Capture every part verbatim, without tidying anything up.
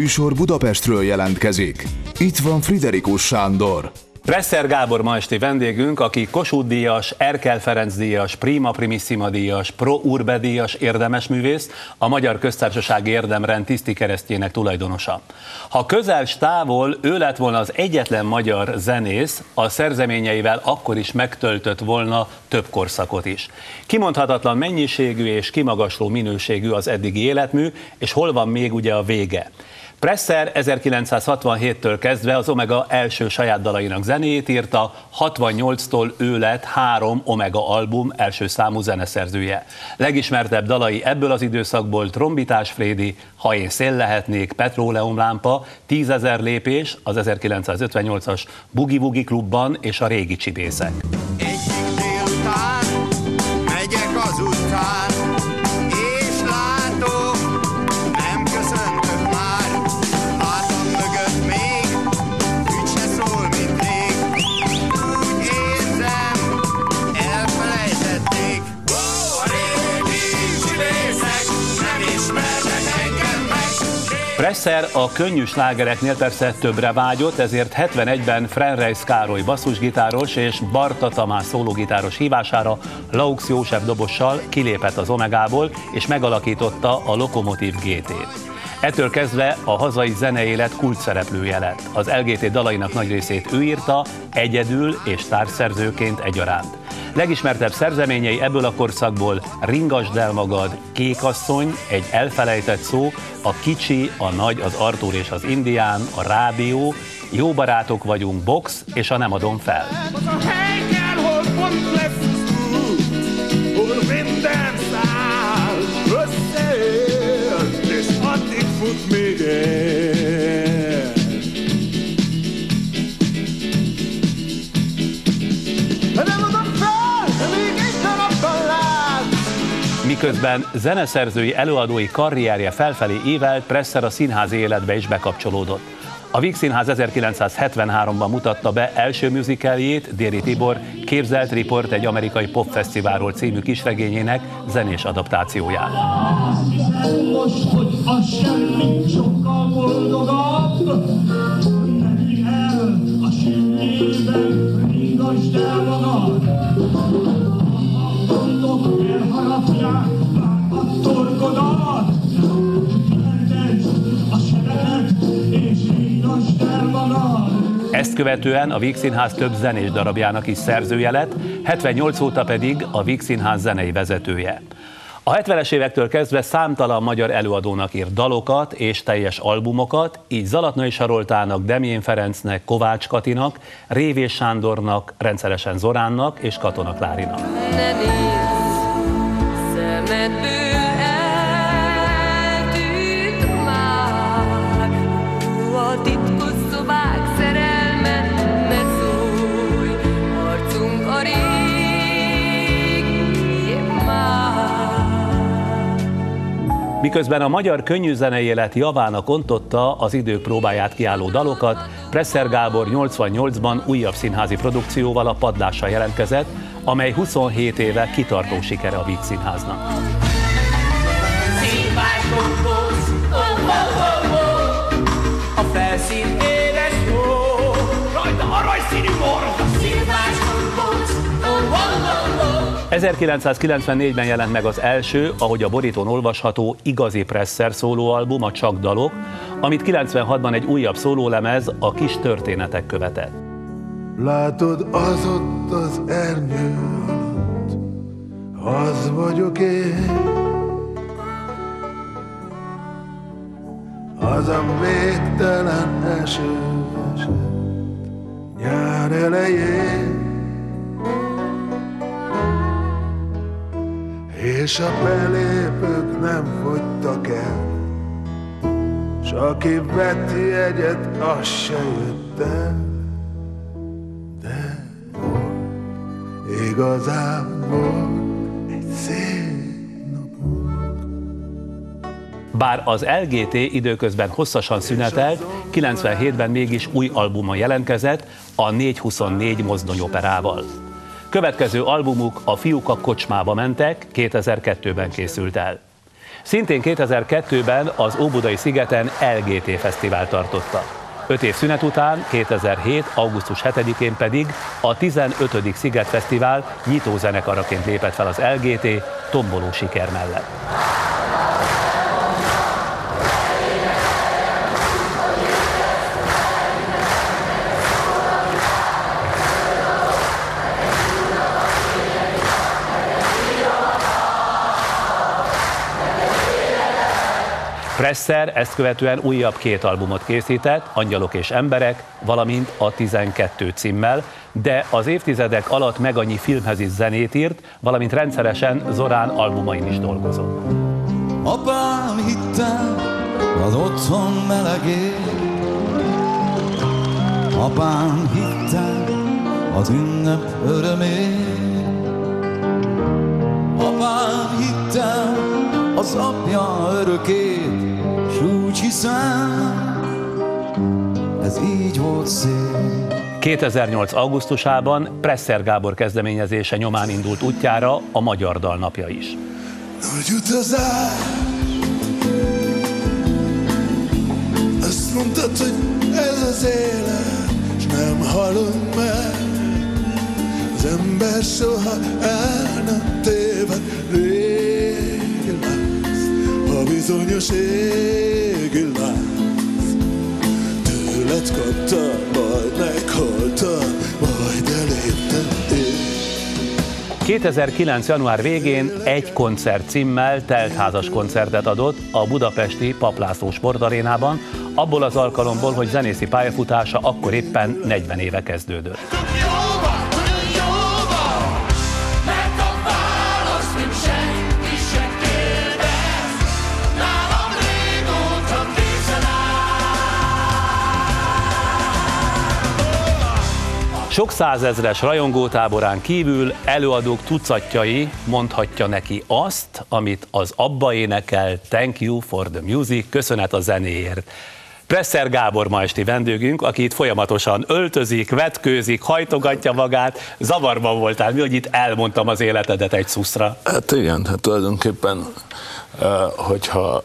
műsor Budapestről jelentkezik. Itt van Friderikus Sándor. Presser Gábor ma esti vendégünk, aki Kossuth díjas, Erkel Ferenc díjas, Prima Primissima díjas, Pro Urbe díjas érdemesművész, a Magyar Köztársasági Érdemrend tisztikeresztjének tulajdonosa. Ha közel s távol ő lett volna az egyetlen magyar zenész, a szerzeményeivel akkor is megtöltött volna több korszakot is. Kimondhatatlan mennyiségű és kimagasló minőségű az eddigi életmű, és hol van még ugye a vége. Presser ezerkilencszázhatvanhéttől kezdve az Omega első saját dalainak zenéjét írta, hatvannyolctól ő lett három Omega album első számú zeneszerzője. Legismertebb dalai ebből az időszakból Trombitás Frédi, Ha én szél lehetnék, Petróleumlámpa, Tízezer lépés, az ezerkilencszázötvennyolcas Bugi Bugi Klubban és a Régi Csibészek. Egyik délután megyek az utcán, és látok, nem köszöntök már. Hátam mögött még, úgy se szól, mint rég. Úgy érzem, elfelejtették. A régi csibészek nem ismernek engem meg. Presser a könnyű slágereknél persze többre vágyott, ezért hetvenegyben Frenreis Károly basszusgitáros és Barta Tamás szólógitáros hívására Laux József dobossal kilépett az Omegából és megalakította a Lokomotív gé tét. Ettől kezdve a hazai zeneélet kulcsszereplője lett. Az el gé té dalainak nagy részét ő írta, egyedül és társszerzőként egyaránt. Legismertebb szerzeményei ebből a korszakból Ringasd el magad, Kékasszony, Egy elfelejtett szó, A kicsi, a nagy, az Artúr és az Indián, a Rádió, Jó barátok vagyunk, Box és a Nem adom fel. Miközben zeneszerzői előadói karrierje felfelé ívelt, Presser a színházi életbe is bekapcsolódott. A Víg Színház ezerkilencszázhetvenháromban mutatta be első musicaljét, Déri Tibor Képzelt riport egy amerikai popfesztiválról című kisregényének zenés adaptációját. Most, hogy a semmi sokkal boldogabb, menj el a semmében, ringasd el magad. A gondok elharapják a torkodat, rendezd a sebedet, és ringasd el magad. Ezt követően a Víg Színház több zenés darabjának is szerzője lett, hetvennyolc óta pedig a Víg Színház zenei vezetője. A hetvenes évektől kezdve számtalan magyar előadónak írt dalokat és teljes albumokat, így Zalatnai Saroltának, Demjén Ferencnek, Kovács Katinak, Révés Sándornak, rendszeresen Zoránnak és Katona Klárinak. Ne nézz, szemedből eltűnt már a titkos szobák szerelme, ne szólj, arcunk a régi már. Miközben a magyar könnyűzenei élet javának ontotta az idők próbáját kiálló dalokat, Presser Gábor nyolcvannyolcban újabb színházi produkcióval, a Padlással jelentkezett, amely huszonhét éve kitartó sikere a Víg Színháznak. A felszín éles hó, rajta aranyszínű borok, a szilvás gombóc, oh, oh, oh, oh. ezerkilencszázkilencvennégyben jelent meg az első, ahogy a borítón olvasható, igazi Presser szólóalbum, a Csak dalok, amit kilencvenhatban egy újabb szólólemez, a Kis történetek követett. Látod, az ott az ernyő alatt, az vagyok én. Az a végtelen eső esett nyár elején, és a belépők nem fogytak el, s aki vett jegyet, az se jött el. De volt, igazán volt egy szép napunk. Bár az el gé té időközben hosszasan szünetelt, kilencvenhétben mégis új albuma jelentkezett, a négyszázhuszonnégy mozdonyoperával. Következő albumuk, A fiúk a kocsmába mentek, kétezer-kettőben készült el. Szintén kétezer-kettőben az Óbudai szigeten el gé té fesztivál tartotta. Öt év szünet után, kétezer-hét. augusztus hetedikén pedig a tizenötödik Szigetfesztivál nyitózenekaraként lépett fel az el gé té tomboló siker mellett. Presser ezt követően újabb két albumot készített, Angyalok és emberek, valamint a tizenkettő címmel, de az évtizedek alatt meg annyi filmhez is zenét írt, valamint rendszeresen Zorán albumain is dolgozott. Apám hittem az otthon melegét, apám hittem az ünnep örömét, apám hittem az apja örökét, s úgy hiszem, ez így volt szép. kétezer-nyolc. augusztusában Presser Gábor kezdeményezése nyomán indult útjára a Magyar Dal Napja is. Nagy utazás, azt mondtad, hogy ez az élet, s nem halunk meg. Az ember soha el nem téved, régi lesz, ha bizonyos égi lesz. Tőled kaptam, majd meghaltam, majd elértem én. kétezer-kilenc. január végén Egy koncert címmel teltházas koncertet adott a budapesti Papp László sportarénában, abból az alkalomból, hogy zenészi pályafutása akkor éppen negyven éve kezdődött. Sok százezres rajongótáborán kívül előadók tucatjai mondhatja neki azt, amit az Abba énekel, Thank you for the music, köszönet a zenéért. Presser Gábor ma esti vendégünk, aki itt folyamatosan öltözik, vetkőzik, hajtogatja magát. Zavarban voltál, mi, hogy itt elmondtam az életedet egy szuszra? Hát igen, hát tulajdonképpen, hogyha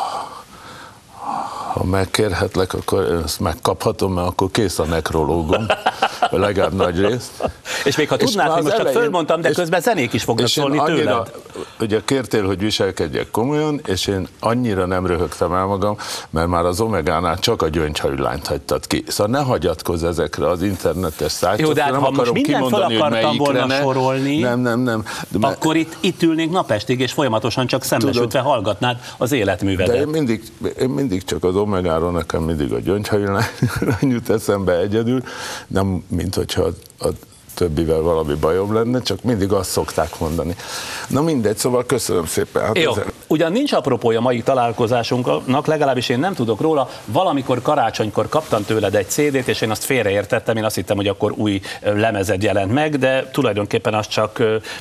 ha megkérhetlek, akkor ezt megkaphatom, mert akkor kész a nekrológum, legalább nagy részt. És még ha tudnád, hogy most csak fölmondtam, de közben zenék is fognak szólni annyira, tőled. Ugye kértél, hogy viselkedjek komolyan, és én annyira nem röhögtem el magam, mert már az Omegánál csak a gyöngyhajú lányt hagytad ki. Szóval ne hagyatkozz ezekre az internetes szájtokra. Jó, de hát, nem ha most mindent fel akartam volna ne. sorolni, nem, nem, nem. De akkor itt, itt ülnénk napestig, és folyamatosan csak szembesültve hallgatnád az életművedet. De én mindig, én mindig csak az Omegáról, nekem mindig a gyöngyhajú lány jut eszembe egyedül, nem mint hogyha a, a többivel valami bajom lenne, csak mindig azt szokták mondani. Na mindegy, szóval köszönöm szépen. Hát Jó, ezen... ugyan nincs apropója mai találkozásunknak, legalábbis én nem tudok róla. Valamikor karácsonykor kaptam tőled egy cé dét, és én azt félreértettem, én azt hittem, hogy akkor új lemezed jelent meg, de tulajdonképpen az csak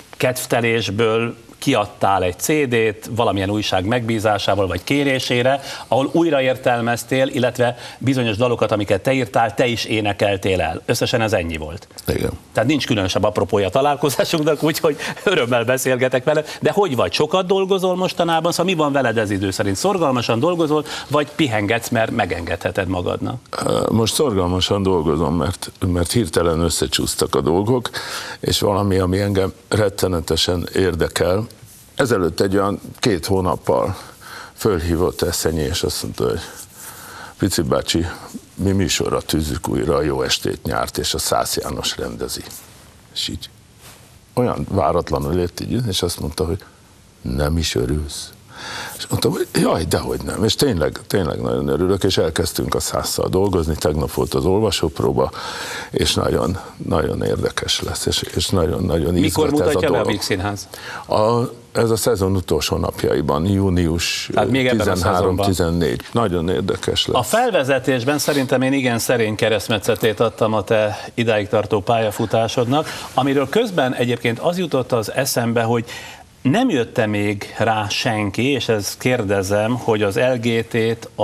kedvtelésből kiadtál egy cé dét valamilyen újság megbízásával vagy kérésére, ahol újraértelmeztél, illetve bizonyos dalokat, amiket te írtál, te is énekeltél el. Összesen ez ennyi volt. Igen. Tehát nincs különösebb apropója találkozásunknak, úgyhogy örömmel beszélgetek veled. De hogy vagy? Sokat dolgozol mostanában? Szóval mi van veled ez idő szerint? Szorgalmasan dolgozol, vagy pihengetsz, mert megengedheted magadnak? Most szorgalmasan dolgozom, mert, mert hirtelen összecsúsztak a dolgok, és valami, ami engem rettenetesen érdekel. Ezelőtt egy olyan két hónappal fölhívott Eszenyi, és azt mondta, hogy Pici bácsi, mi műsorra tűzzük újra a Jó estét nyárt, és a Szász János rendezi. És így olyan váratlanul ért így, és azt mondta, hogy nem is örülsz. És mondtam, hogy jaj, dehogy nem. És tényleg, tényleg nagyon örülök, és elkezdtünk a Szásszal dolgozni, tegnap volt az olvasópróba, és nagyon, nagyon érdekes lesz, és, és nagyon-nagyon izgat ez a dolog. Mikor mutatja be a Vígszínház? A, ez a szezon utolsó napjaiban, június tizenhárom tizennégy. Nagyon érdekes lesz. A felvezetésben szerintem én igen szerény keresztmetszetét adtam a te idáig tartó pályafutásodnak, amiről közben egyébként az jutott az eszembe, hogy nem jött-e még rá senki, és ezt kérdezem, hogy az el gé tét a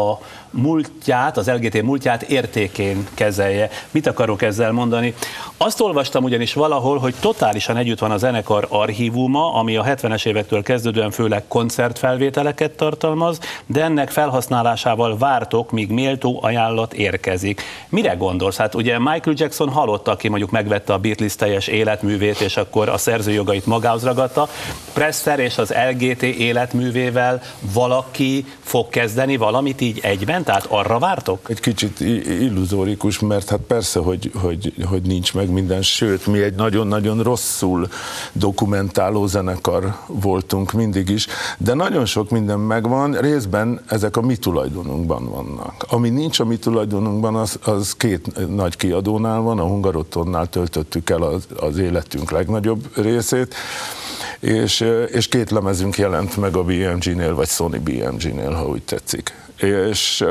múltját, az el gé té múltját értékén kezelje. Mit akarok ezzel mondani? Azt olvastam ugyanis valahol, hogy totálisan együtt van a zenekar archívuma, ami a hetvenes évektől kezdődően főleg koncertfelvételeket tartalmaz, de ennek felhasználásával vártok, míg méltó ajánlat érkezik. Mire gondolsz? Hát ugye Michael Jackson halott, aki mondjuk megvette a Beatles teljes életművét, és akkor a szerzőjogait magához ragadta. Presser és az el gé té életművével valaki fog kezdeni valamit így egyben? Tehát arra vártok? Egy kicsit illuzórikus, mert hát persze, hogy, hogy, hogy nincs meg minden, sőt, mi egy nagyon-nagyon rosszul dokumentáló zenekar voltunk mindig is, de nagyon sok minden megvan, részben ezek a mi tulajdonunkban vannak. Ami nincs a mi tulajdonunkban, az, az két nagy kiadónál van, a Hungarotonnál töltöttük el az, az életünk legnagyobb részét, és, és két lemezünk jelent meg a bé em gé-nél, vagy Sony bé em gé-nél, ha úgy tetszik. És,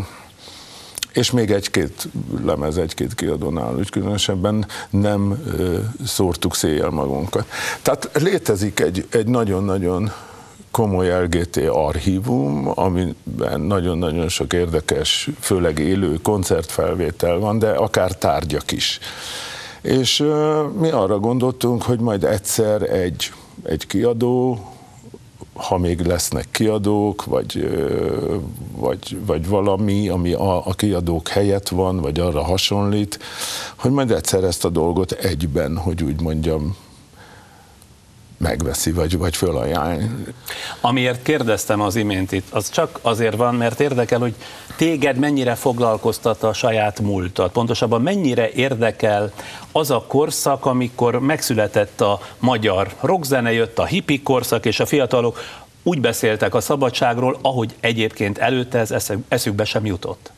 és még egy-két lemez, egy-két kiadónál, úgy különösebben nem szórtuk széjjel magunkat. Tehát létezik egy, egy nagyon-nagyon komoly el gé té archívum, amiben nagyon-nagyon sok érdekes, főleg élő koncertfelvétel van, de akár tárgyak is. És uh, mi arra gondoltunk, hogy majd egyszer egy, egy kiadó, ha még lesznek kiadók, vagy, uh, vagy, vagy valami, ami a, a kiadók helyett van, vagy arra hasonlít, hogy majd egyszer ezt a dolgot egyben, hogy úgy mondjam, megveszi, vagy, vagy fölajánl. Amiért kérdeztem az imént itt, az csak azért van, mert érdekel, hogy téged mennyire foglalkoztat a saját múltad. Pontosabban mennyire érdekel az a korszak, amikor megszületett a magyar rockzene, jött a hippie korszak, és a fiatalok úgy beszéltek a szabadságról, ahogy egyébként előtte ez eszükbe sem jutott.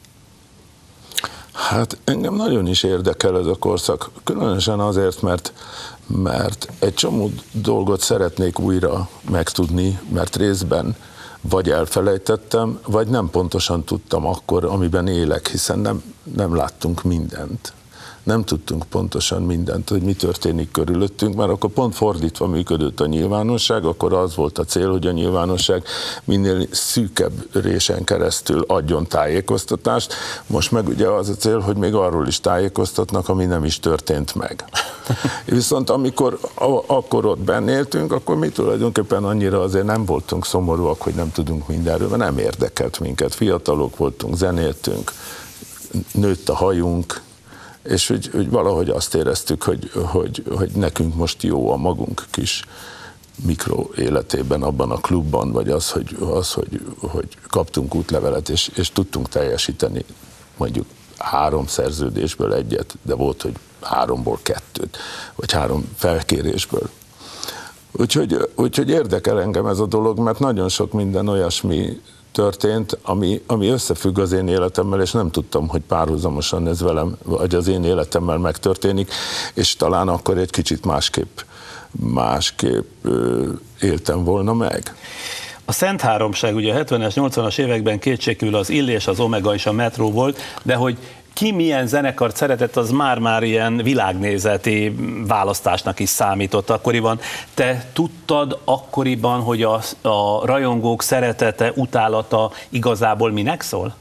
Hát engem nagyon is érdekel ez a korszak, különösen azért, mert, mert egy csomó dolgot szeretnék újra megtudni, mert részben vagy elfelejtettem, vagy nem pontosan tudtam akkor, amiben élek, hiszen nem, nem láttunk mindent. Nem tudtunk pontosan mindent, hogy mi történik körülöttünk, mert akkor pont fordítva működött a nyilvánosság, akkor az volt a cél, hogy a nyilvánosság minél szűkebb résen keresztül adjon tájékoztatást. Most meg ugye az a cél, hogy még arról is tájékoztatnak, ami nem is történt meg. Viszont amikor akkor ott benn éltünk, akkor mi tulajdonképpen annyira azért nem voltunk szomorúak, hogy nem tudunk mindenről, mert nem érdekelt minket. Fiatalok voltunk, zenéltünk, nőtt a hajunk, és hogy, hogy valahogy azt éreztük, hogy, hogy, hogy nekünk most jó a magunk kis mikro életében, abban a klubban, vagy az, hogy, az, hogy, hogy kaptunk útlevelet, és, és tudtunk teljesíteni mondjuk három szerződésből egyet, de volt, hogy háromból kettőt, vagy három felkérésből. Úgyhogy, úgyhogy érdekel engem ez a dolog, mert nagyon sok minden olyasmi történt, ami, ami összefügg az én életemmel, és nem tudtam, hogy párhuzamosan ez velem, vagy az én életemmel megtörténik, és talán akkor egy kicsit másképp, másképp ö, éltem volna meg. A Szent Háromság ugye a hetvenes, nyolcvanas években kétségkívül az Illés, az Omega és a Metro volt, de hogy ki milyen zenekart szeretett, az már-már ilyen világnézeti választásnak is számított akkoriban. Te tudtad akkoriban, hogy a, a rajongók szeretete, utálata igazából minek szól?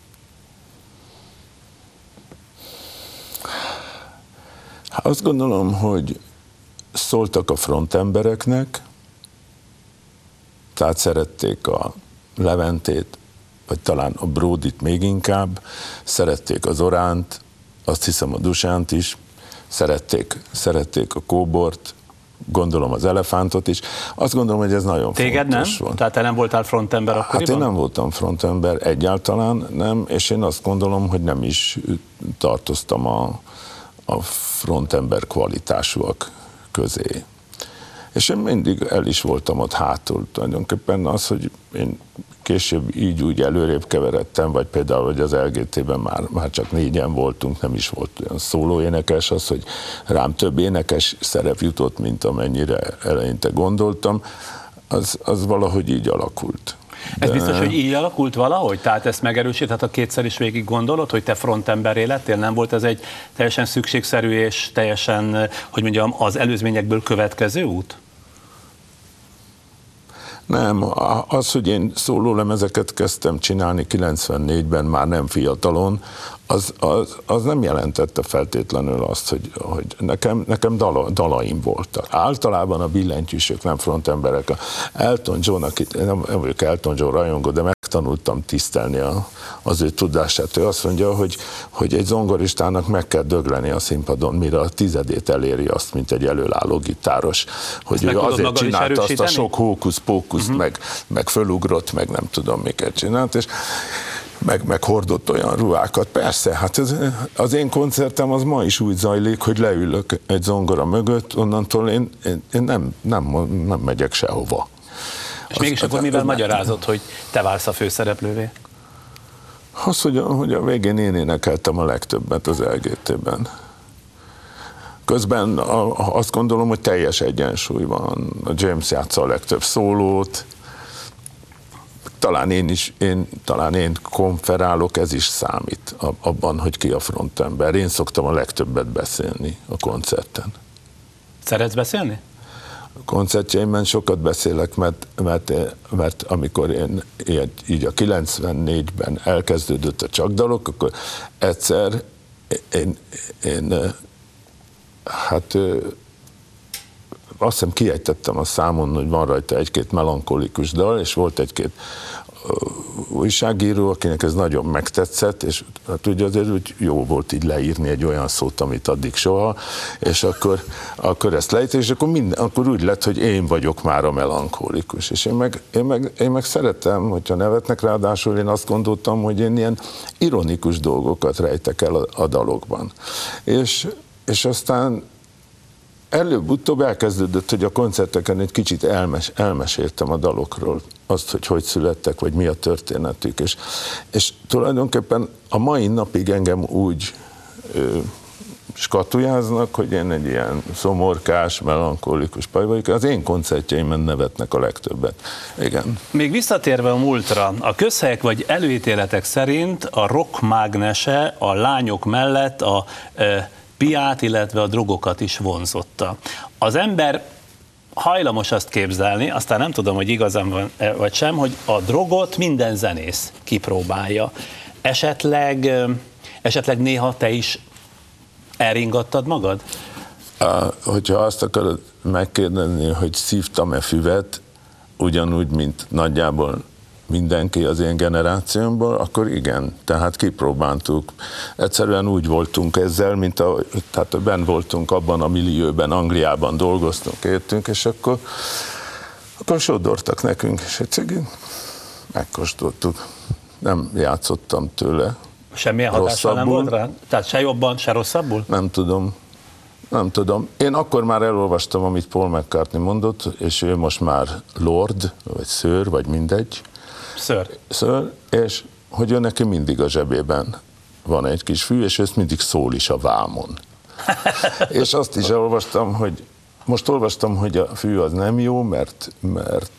Azt gondolom, hogy szóltak a frontembereknek, tehát szerették a Leventét, vagy talán a Bródit még inkább, szerették az Oránt, azt hiszem a Dusánt is, szerették, szerették a Kóbort, gondolom az Elefántot is. Azt gondolom, hogy ez nagyon Téged fontos nem? volt. Tehát te nem voltál frontember akkoriban? Hát én nem voltam frontember, egyáltalán nem, és én azt gondolom, hogy nem is tartoztam a, a frontember kvalitásúak közé. És én mindig el is voltam ott hátul. Tulajdonképpen az, hogy én később így úgy előrébb keveredtem, vagy például, hogy az el gé té-ben már, már csak négyen voltunk, nem is volt olyan szólóénekes, az, hogy rám több énekes szerep jutott, mint amennyire eleinte gondoltam, az, az valahogy így alakult. De... Ez biztos, hogy így alakult valahogy? Tehát ezt megerősíthet, ha kétszer is végig gondolod, hogy te frontemberré lettél? Nem volt ez egy teljesen szükségszerű és teljesen, hogy mondjam, az előzményekből következő út? Nem, az, hogy én szólólemezeket kezdtem csinálni kilencvennégyben, már nem fiatalon, az, az, az nem jelentette feltétlenül azt, hogy, hogy nekem, nekem dala, dalaim voltak. Általában a billentyűsök, nem frontemberek. Elton John, akit nem vagyok Elton John rajongó, de megtanultam tisztelni a, az ő tudását. Ő azt mondja, hogy, hogy egy zongoristának meg kell dögleni a színpadon, mire a tizedét eléri azt, mint egy előálló gitáros. Hogy ő azért csinálta azt a sok hókusz-pókuszt, uh-huh. meg, meg fölugrott, meg nem tudom miket csinált, és Meg, meg hordott olyan ruhákat. Persze, hát ez, az én koncertem az ma is úgy zajlik, hogy leülök egy zongora mögött, onnantól én, én, én nem, nem, nem megyek sehova. És az, mégis akkor mivel magyarázod, hogy te válsz a főszereplővé? Az, hogy a, hogy a végén én énekeltem a legtöbbet az el gé té-ben. Közben a, azt gondolom, hogy teljes egyensúly van. A James játsza a legtöbb szólót, Talán én is, én, talán én konferálok, ez is számít abban, hogy ki a frontember. Én szoktam a legtöbbet beszélni a koncerten. Szeretsz beszélni? A koncertjeimben sokat beszélek, mert, mert, mert amikor én így a kilencvennégyben elkezdődött a Csak dalok, akkor egyszer én, én hát azt hiszem kiejtettem a számon, hogy van rajta egy-két melankolikus dal, és volt egy-két újságíró, akinek ez nagyon megtetszett, és hát ugye azért úgy jó volt így leírni egy olyan szót, amit addig soha, és akkor, akkor ezt leírtam, és akkor, minden, akkor úgy lett, hogy én vagyok már a melankolikus, és én meg, én meg, én meg szeretem, hogyha nevetnek, ráadásul én azt gondoltam, hogy én ilyen ironikus dolgokat rejtek el a, a dalokban. És, és aztán előbb-utóbb elkezdődött, hogy a koncerteken egy kicsit elmes, elmeséltem a dalokról, azt, hogy hogy születtek, vagy mi a történetük, és, és tulajdonképpen a mai napig engem úgy ö, skatujáznak, hogy én egy ilyen szomorkás, melankolikus paj vagyok, az én koncertjeimen nevetnek a legtöbbet. Igen. Még visszatérve a múltra, a közhelyek vagy előítéletek szerint a rock mágnese a lányok mellett a e, piát, illetve a drogokat is vonzotta. Az ember hajlamos azt képzelni, aztán nem tudom, hogy igazam van vagy sem, hogy a drogot minden zenész kipróbálja. Esetleg, esetleg néha te is elringattad magad? Hogyha azt akarod megkérdezni, hogy szívtam-e füvet, ugyanúgy, mint nagyjából mindenki az én generációmból, akkor igen, tehát kipróbáltuk. Egyszerűen úgy voltunk ezzel, mint a, tehát benn voltunk abban a millióben, Angliában dolgoztunk, értünk, és akkor, akkor sodortak nekünk, és egyszerűen megkóstoltuk. Nem játszottam tőle. Semmilyen hatással nem volt rá? Tehát se jobban, se rosszabbul? Nem tudom. Nem tudom. Én akkor már elolvastam, amit Paul McCartney mondott, és ő most már Lord, vagy Sir, vagy mindegy. Sir. Sir, és hogy ő neki mindig a zsebében van egy kis fű, és ezt mindig szól is a vámon. És azt is elolvastam, hogy most olvastam, hogy a fű az nem jó, mert, mert,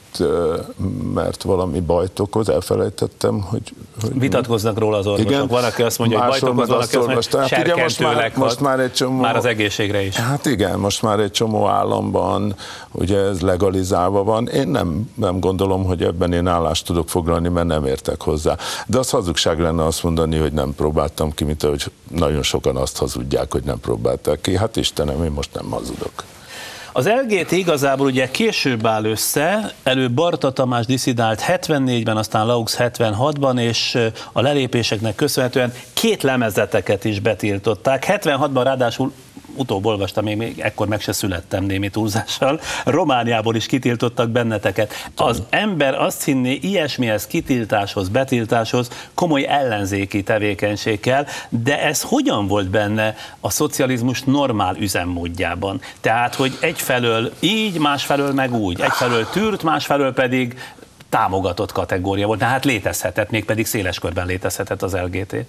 mert valami bajt okoz, elfelejtettem, hogy... hogy vitatkoznak róla az orvosok. Igen, van, aki azt mondja, hogy bajt okoz, van, aki azt mondja, hogy serkentőleg hat, most már, egy csomó, már az egészségre is. Hát igen, most már egy csomó államban ugye ez legalizálva van. Én nem, nem gondolom, hogy ebben én állást tudok foglalni, mert nem értek hozzá. De az hazugság lenne azt mondani, hogy nem próbáltam ki, mint ahogy nagyon sokan azt hazudják, hogy nem próbálták ki. Hát Istenem, én most nem hazudok. Az el gé té igazából ugye később áll össze, előbb Barta Tamás disszidált hetvennégyben, aztán Laux hetvenhatban, és a lelépéseknek köszönhetően két lemezeteket is betiltották. hetvenhatban ráadásul, utóbb olvastam, még, még ekkor meg se születtem némi túlzással, Romániából is kitiltottak benneteket. Az ember azt hinné, ilyesmihez, kitiltáshoz, betiltáshoz komoly ellenzéki tevékenység kell, de ez hogyan volt benne a szocializmus normál üzemmódjában? Tehát, hogy egyfelől így, másfelől meg úgy, egyfelől tűrt, másfelől pedig támogatott kategória volt, tehát létezhetett, mégpedig széles körben létezhetett az el gé té.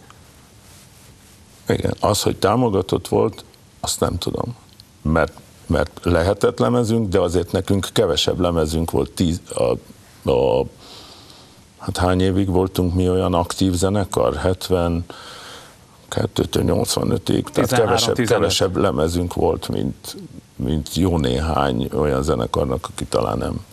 Igen, az, hogy támogatott volt, azt nem tudom, mert, mert lehetett lemezünk, de azért nekünk kevesebb lemezünk volt, tíz, a, a, hát hány évig voltunk mi olyan aktív zenekar? hetvenkettőtől nyolcvanötig, tehát kevesebb, kevesebb lemezünk volt, mint, mint jó néhány olyan zenekarnak, aki talán nem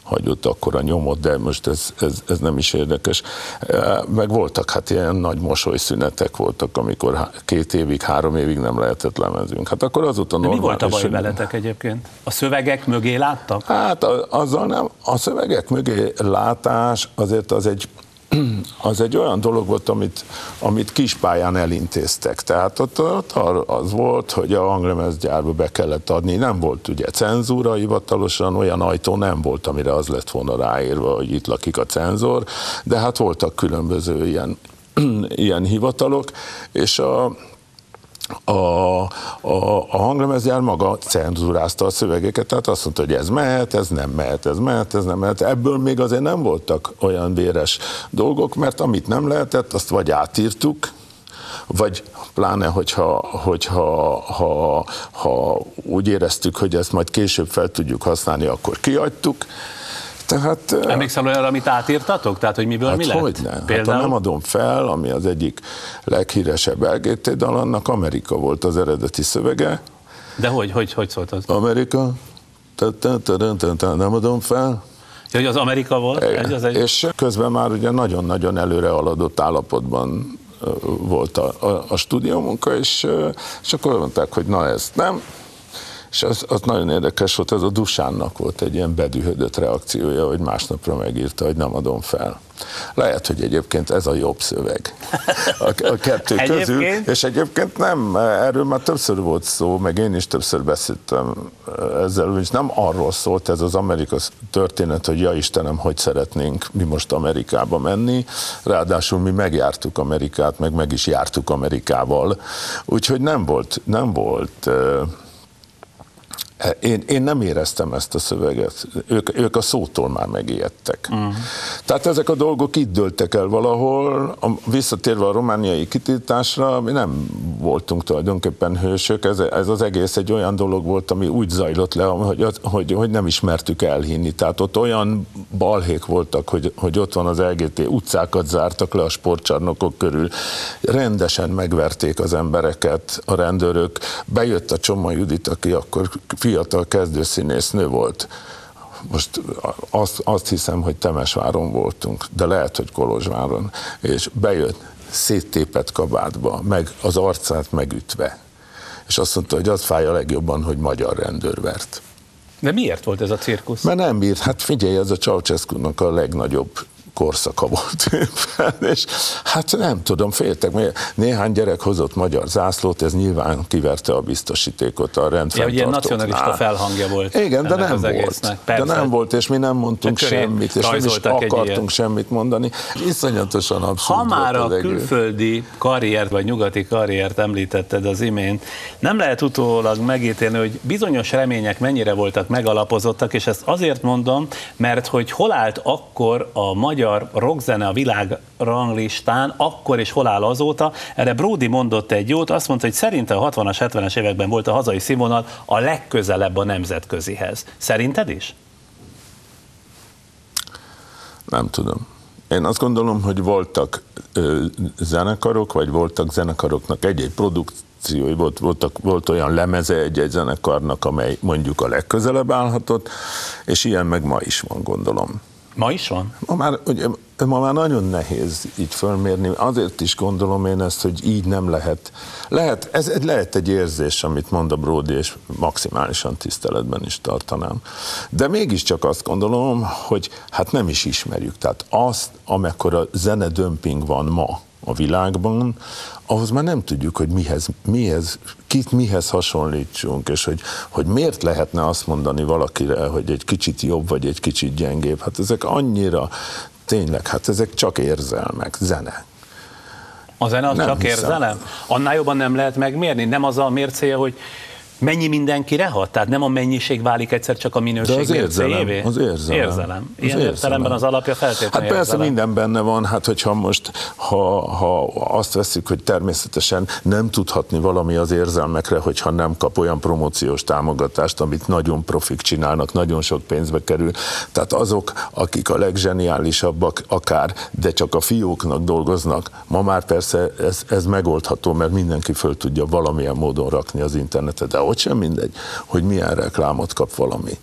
hagyott akkora nyomot, de most ez, ez, ez nem is érdekes. Meg voltak hát ilyen nagy mosolyszünetek voltak, amikor két évig, három évig nem lehetett lemezünk. Hát akkor azóta normális. Mi volt a baj veletek egyébként? A szövegek mögé láttak? Hát azzal nem. A szövegek mögé látás azért az egy az egy olyan dolog volt, amit, amit kispályán elintéztek. Tehát ott, ott az volt, hogy a hanglemezgyárba be kellett adni. Nem volt ugye cenzúra hivatalosan, olyan ajtó nem volt, amire az lett volna ráírva, hogy itt lakik a cenzor, de hát voltak különböző ilyen, ilyen hivatalok, és a A, a, a hanglemezgyár maga cenzúrázta a szövegeket, tehát azt mondta, hogy ez mehet, ez nem mehet, ez mehet, ez nem mehet. Ebből még azért nem voltak olyan véres dolgok, mert amit nem lehetett, azt vagy átírtuk, vagy pláne, hogyha, hogyha ha, ha úgy éreztük, hogy ezt majd később fel tudjuk használni, akkor kiadtuk. Tehát, emlékszel olyanra, amit átírtatok? Tehát, hogy miből hát mi lett? Hogyne. Hát, ha nem adom fel, ami az egyik leghíresebb el gé té dal, annak Amerika volt az eredeti szövege. De hogy, hogy, hogy szólt az? Amerika, nem adom fel. Ja, hogy az Amerika volt? Ez az egy... És közben már ugye nagyon-nagyon előre haladott állapotban volt a, a, a stúdiómunka, és, és akkor mondták, hogy na ezt nem. És az, az nagyon érdekes volt, ez a Dusánnak volt egy ilyen bedühödött reakciója, hogy másnapra megírta, hogy nem adom fel. Lehet, hogy egyébként ez a jobb szöveg a, a kettő közül, és egyébként nem, erről már többször volt szó, meg én is többször beszéltem ezzel, és nem arról szólt ez az Amerika történet, hogy ja Istenem, hogy szeretnénk mi most Amerikába menni, ráadásul mi megjártuk Amerikát, meg meg is jártuk Amerikával, úgyhogy nem volt, nem volt Én, én nem éreztem ezt a szöveget, ők, ők a szótól már megijedtek. Uh-huh. Tehát ezek a dolgok itt dőltek el valahol, a, visszatérve a romániai kitiltásra, mi nem voltunk tulajdonképpen hősök, ez, ez az egész egy olyan dolog volt, ami úgy zajlott le, hogy, hogy, hogy nem ismertük elhinni. Tehát ott olyan balhék voltak, hogy, hogy ott van az el gé té, utcákat zártak le a sportcsarnokok körül, rendesen megverték az embereket, a rendőrök, bejött a Csoma Judit, aki akkor fiatal kezdőszínésznő volt. Most azt, azt hiszem, hogy Temesváron voltunk, de lehet, hogy Kolozsváron, és bejött széttépett kabátba, meg az arcát megütve. És azt mondta, hogy az fáj a legjobban, hogy magyar rendőr vert. De miért volt ez a cirkusz? Mert nem bírt. Hát figyelj, ez a Ceausescu-nak a legnagyobb korszaka volt. És hát nem tudom, féltek, mert néhány gyerek hozott magyar zászlót, ez nyilván kiverte a biztosítékot a rendfenntartóknál. Ja, ugye nacionalista felhangja volt. Igen, de nem volt. De nem volt, és mi nem mondtunk semmit, és nem is akartunk semmit mondani. Iszonyatosan abszurd. Ha már a külföldi karriert, vagy nyugati karriert említetted az imént, nem lehet utólag megítélni, hogy bizonyos remények mennyire voltak megalapozottak, és ezt azért mondom, mert hogy hol állt akkor a magyar rockzene a világ ranglistán, akkor és hol áll azóta. Erre Brody mondott egy jót, azt mondta, hogy szerinte a hatvanas, hetvenes években volt a hazai színvonal a legközelebb a nemzetközihez. Szerinted is? Nem tudom. Én azt gondolom, hogy voltak ö, zenekarok, vagy voltak zenekaroknak egy-egy produkciói, volt, voltak, volt olyan lemeze egy-egy zenekarnak, amely mondjuk a legközelebb állhatott, és ilyen meg ma is van, gondolom. Ma is van? Ma már, ugye, ma már nagyon nehéz így fölmérni, azért is gondolom én ezt, hogy így nem lehet. Lehet, ez lehet egy érzés, amit mond a Brody, és maximálisan tiszteletben is tartanám. De mégiscsak azt gondolom, hogy hát nem is ismerjük. Tehát azt, amekkora zenedömping van ma a világban, ahhoz már nem tudjuk, hogy mihez, mihez, kit mihez hasonlítsunk, és hogy, hogy miért lehetne azt mondani valakire, hogy egy kicsit jobb, vagy egy kicsit gyengébb. Hát ezek annyira, tényleg, hát ezek csak érzelmek, zene. A zene az nem csak hiszem. Érzelem? Annál jobban nem lehet megmérni? Nem az a mércéje, hogy mennyi mindenkire hat? Tehát nem a mennyiség válik egyszer csak a minőség mércéjévé? Az érzelem. Érzelem. Ilyen értelemben az alapja feltétlenül Hát persze érzelem. Minden benne van, hát hogyha most, ha, ha azt veszik, hogy természetesen nem tudhatni valami az érzelmekre, hogyha nem kap olyan promóciós támogatást, amit nagyon profik csinálnak, nagyon sok pénzbe kerül. Tehát azok, akik a legzseniálisabbak akár, de csak a fióknak dolgoznak, ma már persze ez, ez megoldható, mert mindenki föl tudja valamilyen módon rakni az internetet, de ott sem mindegy, hogy milyen reklámot kap valami.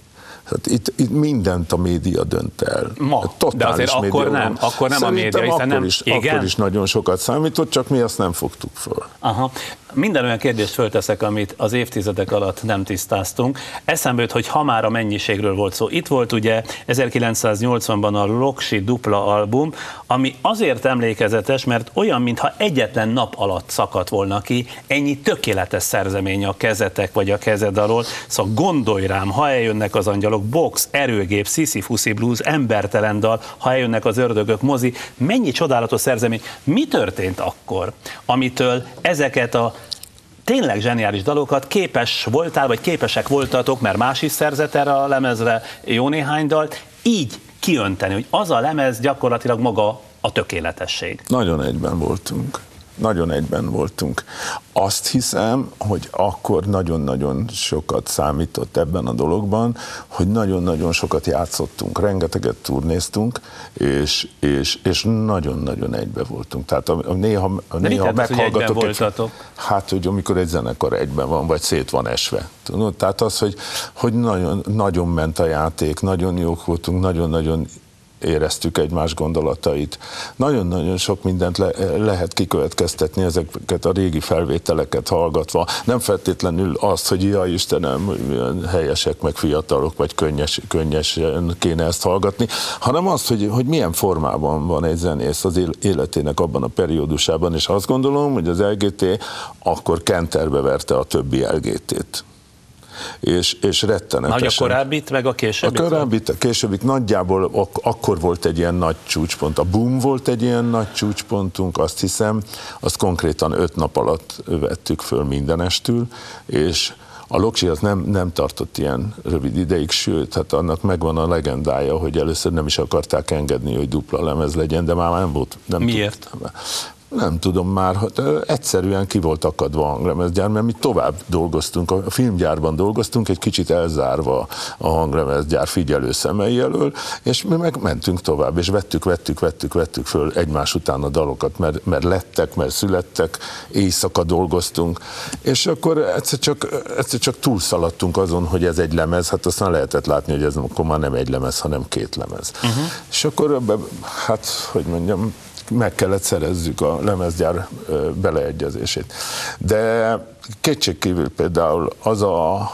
Hát itt, itt mindent a média dönt el. Ma, Totális de azért média akkor van. nem, akkor nem Szerintem a média, hiszen akkor nem... Is, Igen? akkor is nagyon sokat számított, csak mi azt nem fogtuk föl. Aha. Minden olyan kérdést fölteszek, amit az évtizedek alatt nem tisztáztunk. Eszembe jut, hogy ha már a mennyiségről volt szó. Itt volt ugye ezerkilencszáznyolcvanban a Loksi dupla album, ami azért emlékezetes, mert olyan, mintha egyetlen nap alatt szakadt volna ki, ennyi tökéletes szerzemény a kezetek vagy a kezed alól. Szóval gondolj rám, ha eljönnek az angyalok, box, erőgép, Sisyphuszi blues, embertelen dal, ha eljönnek az ördögök, mozi, mennyi csodálatos szerzemény. Mi történt akkor, amitől ezeket a tényleg zseniális dalokat képes voltál, vagy képesek voltatok, mert más is szerzett erre a lemezre jó néhány dalt, így kiönteni, hogy az a lemez gyakorlatilag maga a tökéletesség. Nagyon egyben voltunk. Nagyon egyben voltunk. Azt hiszem, hogy akkor nagyon-nagyon sokat számított ebben a dologban, hogy nagyon-nagyon sokat játszottunk, rengeteget turnéztunk, és, és, és nagyon-nagyon egyben voltunk. Tehát a, a néha, a De néha mit meghallgatok, egy, hát, hogy amikor egy zenekar egyben van, vagy szét van esve. Tudod? Tehát az, hogy, hogy nagyon, nagyon ment a játék, nagyon jók voltunk, nagyon-nagyon éreztük egymás gondolatait. Nagyon-nagyon sok mindent le, lehet kikövetkeztetni ezeket a régi felvételeket hallgatva. Nem feltétlenül azt, hogy ja Istenem, helyesek, meg fiatalok, vagy könnyes, könnyesen kéne ezt hallgatni, hanem azt, hogy, hogy milyen formában van egy zenész az életének abban a periódusában, és azt gondolom, hogy az el gé té akkor kenterbe verte a többi el gé té-t. És, és rettenetesen. Nagy a korábbit, meg a későbbit? A korábbit, a későbbit nagyjából ak- akkor volt egy ilyen nagy csúcspont. A Boom volt egy ilyen nagy csúcspontunk, azt hiszem, azt konkrétan öt nap alatt vettük föl mindenestül, és a Loksi az nem, nem tartott ilyen rövid ideig, sőt, hát annak megvan a legendája, hogy először nem is akarták engedni, hogy dupla lemez legyen, de már nem volt. Nem Miért? Tud, nem tudom már, egyszerűen ki volt akadva a hanglemezgyár, mert mi tovább dolgoztunk, a filmgyárban dolgoztunk, egy kicsit elzárva a hanglemezgyár figyelő szemei elől, és mi meg mentünk tovább, és vettük, vettük, vettük, vettük föl egymás után a dalokat, mert, mert lettek, mert születtek, éjszaka dolgoztunk, és akkor egyszer csak, egyszer csak túlszaladtunk azon, hogy ez egy lemez, hát aztán lehetett látni, hogy ez akkor már nem egy lemez, hanem két lemez. Uh-huh. És akkor ebbe, hát, hogy mondjam, meg kellett szerezzük a lemezgyár beleegyezését. De kétségkívül például az a,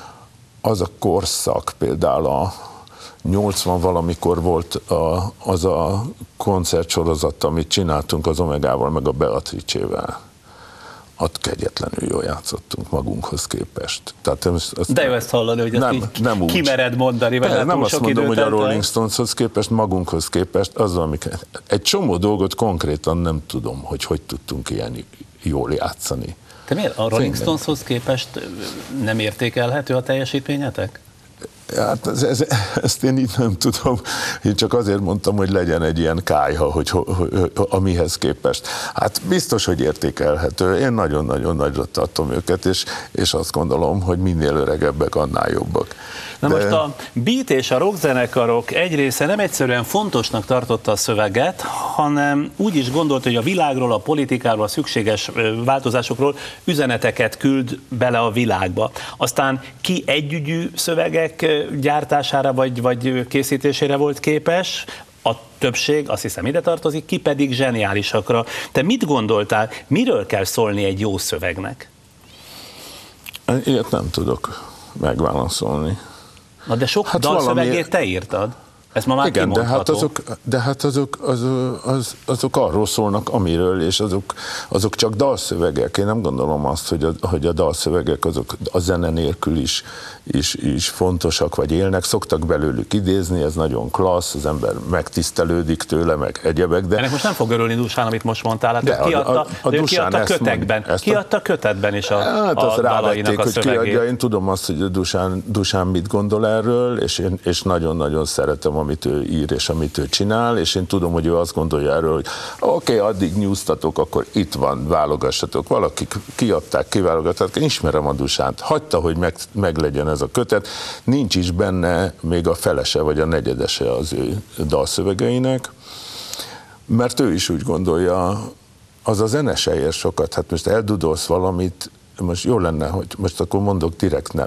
az a korszak, például a nyolcvan valamikor volt a, az a koncertsorozat, amit csináltunk az Omegával, meg a Beatrice-vel. Ott kegyetlenül jól játszottunk magunkhoz képest. Tehát azt, azt De jó ezt hallani, hogy ezt nem, így nem kimered mondani, vagy nem, nem azt mondom, hogy a Rolling el. Stoneshoz képest, magunkhoz képest, az, amiket, egy csomó dolgot konkrétan nem tudom, hogy hogy tudtunk ilyen jól játszani. Te miért? A Rolling Stoneshoz képest nem értékelhető a teljesítményetek? Hát ez, ez, ezt én így nem tudom, én csak azért mondtam, hogy legyen egy ilyen kályha, hogy, hogy amihez képest. Hát biztos, hogy értékelhető. Én nagyon-nagyon nagyra tartom őket, és, és azt gondolom, hogy minél öregebbek, annál jobbak. Na De... most a beat és a rockzenekarok egy része nem egyszerűen fontosnak tartotta a szöveget, hanem úgy is gondolt, hogy a világról, a politikáról, a szükséges változásokról üzeneteket küld bele a világba. Aztán ki együgyű szövegek gyártására vagy, vagy készítésére volt képes, a többség, azt hiszem ide tartozik, ki pedig zseniálisakra. Te mit gondoltál, miről kell szólni egy jó szövegnek? Ilyet nem tudok megválaszolni. Na de sok hát dalszövegét valami... te írtad. Ez ma már igen, de hát kimondható. azok, de hát azok, azok, az, azok arról szólnak, amiről, és azok, azok csak dalszövegek. Én nem gondolom azt, hogy a, hogy a dalszövegek azok a zene nélkül is, is, is fontosak, vagy élnek. Szoktak belőlük idézni, ez nagyon klassz, az ember megtisztelődik tőle, meg egyebek. De... Ennek most nem fog örülni Dusán, amit most mondtál. Hát de kiadta, a, a, a kiadta kötetben, mond, kiadta kötetben is a, hát a dalainak a hogy szövegét. Kiadja. Én tudom azt, hogy a Dusán, Dusán mit gondol erről, és én és nagyon-nagyon szeretem, amit ő ír, és amit ő csinál, és én tudom, hogy ő azt gondolja erről, hogy oké, okay, addig nyúztatok, akkor itt van, válogassatok. Valakik kiadták, kiválogatták, ismerem a Dusánt, hagyta, hogy meg, meglegyen ez a kötet, nincs is benne még a felese, vagy a negyedese az ő dalszövegeinek, mert ő is úgy gondolja, az a zene se ér sokat, hát most eldudolsz valamit, most jó lenne, hogy most akkor mondok direkt nem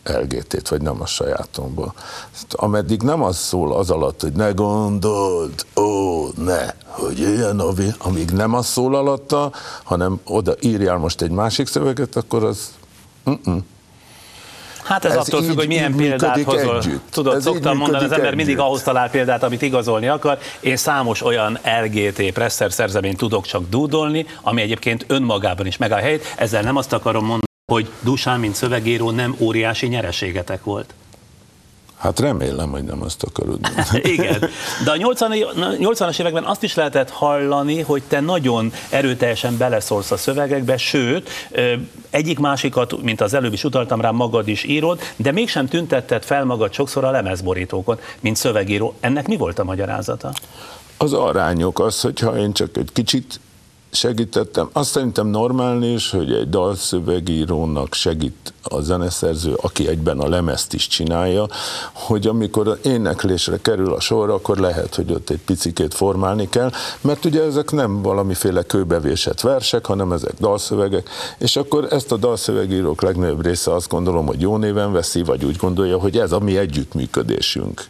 el gé té-t, vagy nem a sajátomból. Ameddig nem az szól az alatt, hogy ne gondold, ó, ne, hogy ilyen a vé, amíg nem az szól alatta, hanem oda írjál most egy másik szöveget, akkor az... Mm-mm. Hát ez, ez attól függ, hogy milyen példát hozol. Együtt. Tudod, ez szoktam mondani, az ember együtt. Mindig ahhoz talál példát, amit igazolni akar. Én számos olyan el gé té Presser szerzeményt tudok csak dúdolni, ami egyébként önmagában is megáll helyét. Ezzel nem azt akarom mondani, hogy Dusan, mint szövegíró, nem óriási nyereségetek volt. Hát remélem, hogy nem azt akarod. Igen, de a nyolcvanas években azt is lehetett hallani, hogy te nagyon erőteljesen beleszólsz a szövegekbe, sőt, egyik-másikat, mint az előbb is utaltam rá, magad is írod, de mégsem tüntetted fel magad sokszor a lemezborítókon, mint szövegíró. Ennek mi volt a magyarázata? Az arányok, az, hogyha én csak egy kicsit segítettem. Azt szerintem normális, hogy egy dalszövegírónak segít a zeneszerző, aki egyben a lemezt is csinálja, hogy amikor az éneklésre kerül a sor, akkor lehet, hogy ott egy picikét formálni kell, mert ugye ezek nem valamiféle kőbevésett versek, hanem ezek dalszövegek, és akkor ezt a dalszövegírók legnagyobb része azt gondolom, hogy jó néven veszi, vagy úgy gondolja, hogy ez a mi együttműködésünk.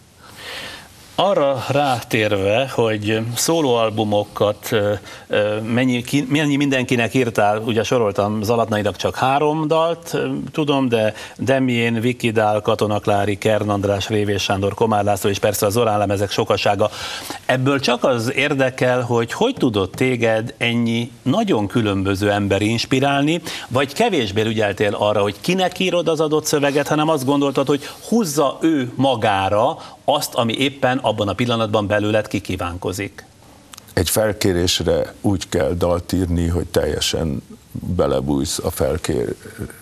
Arra rátérve, hogy szólóalbumokat mennyi, mennyi mindenkinek írtál, ugye soroltam Zalatnainak csak három dalt, tudom, de Demién, Viki Dál, Katona Klári, Kern András, Révés Sándor, Komár László és persze az Zorán lemezek sokasága. Ebből csak az érdekel, hogy hogy tudott téged ennyi nagyon különböző ember inspirálni, vagy kevésbé ügyeltél arra, hogy kinek írod az adott szöveget, hanem azt gondoltad, hogy húzza ő magára azt, ami éppen abban a pillanatban belőled kikívánkozik. Egy felkérésre úgy kell dalt írni, hogy teljesen belebújsz a felkérő,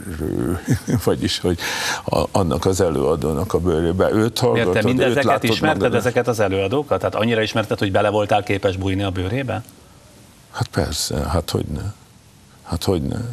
vagyis, hogy a, annak az előadónak a bőrébe. Őt hallgatod, Miért te mindezeket ismerted, magad? Ezeket az előadókat? Tehát annyira ismerted, hogy bele voltál képes bújni a bőrébe? Hát persze, hát hogyne. Hát hogyne.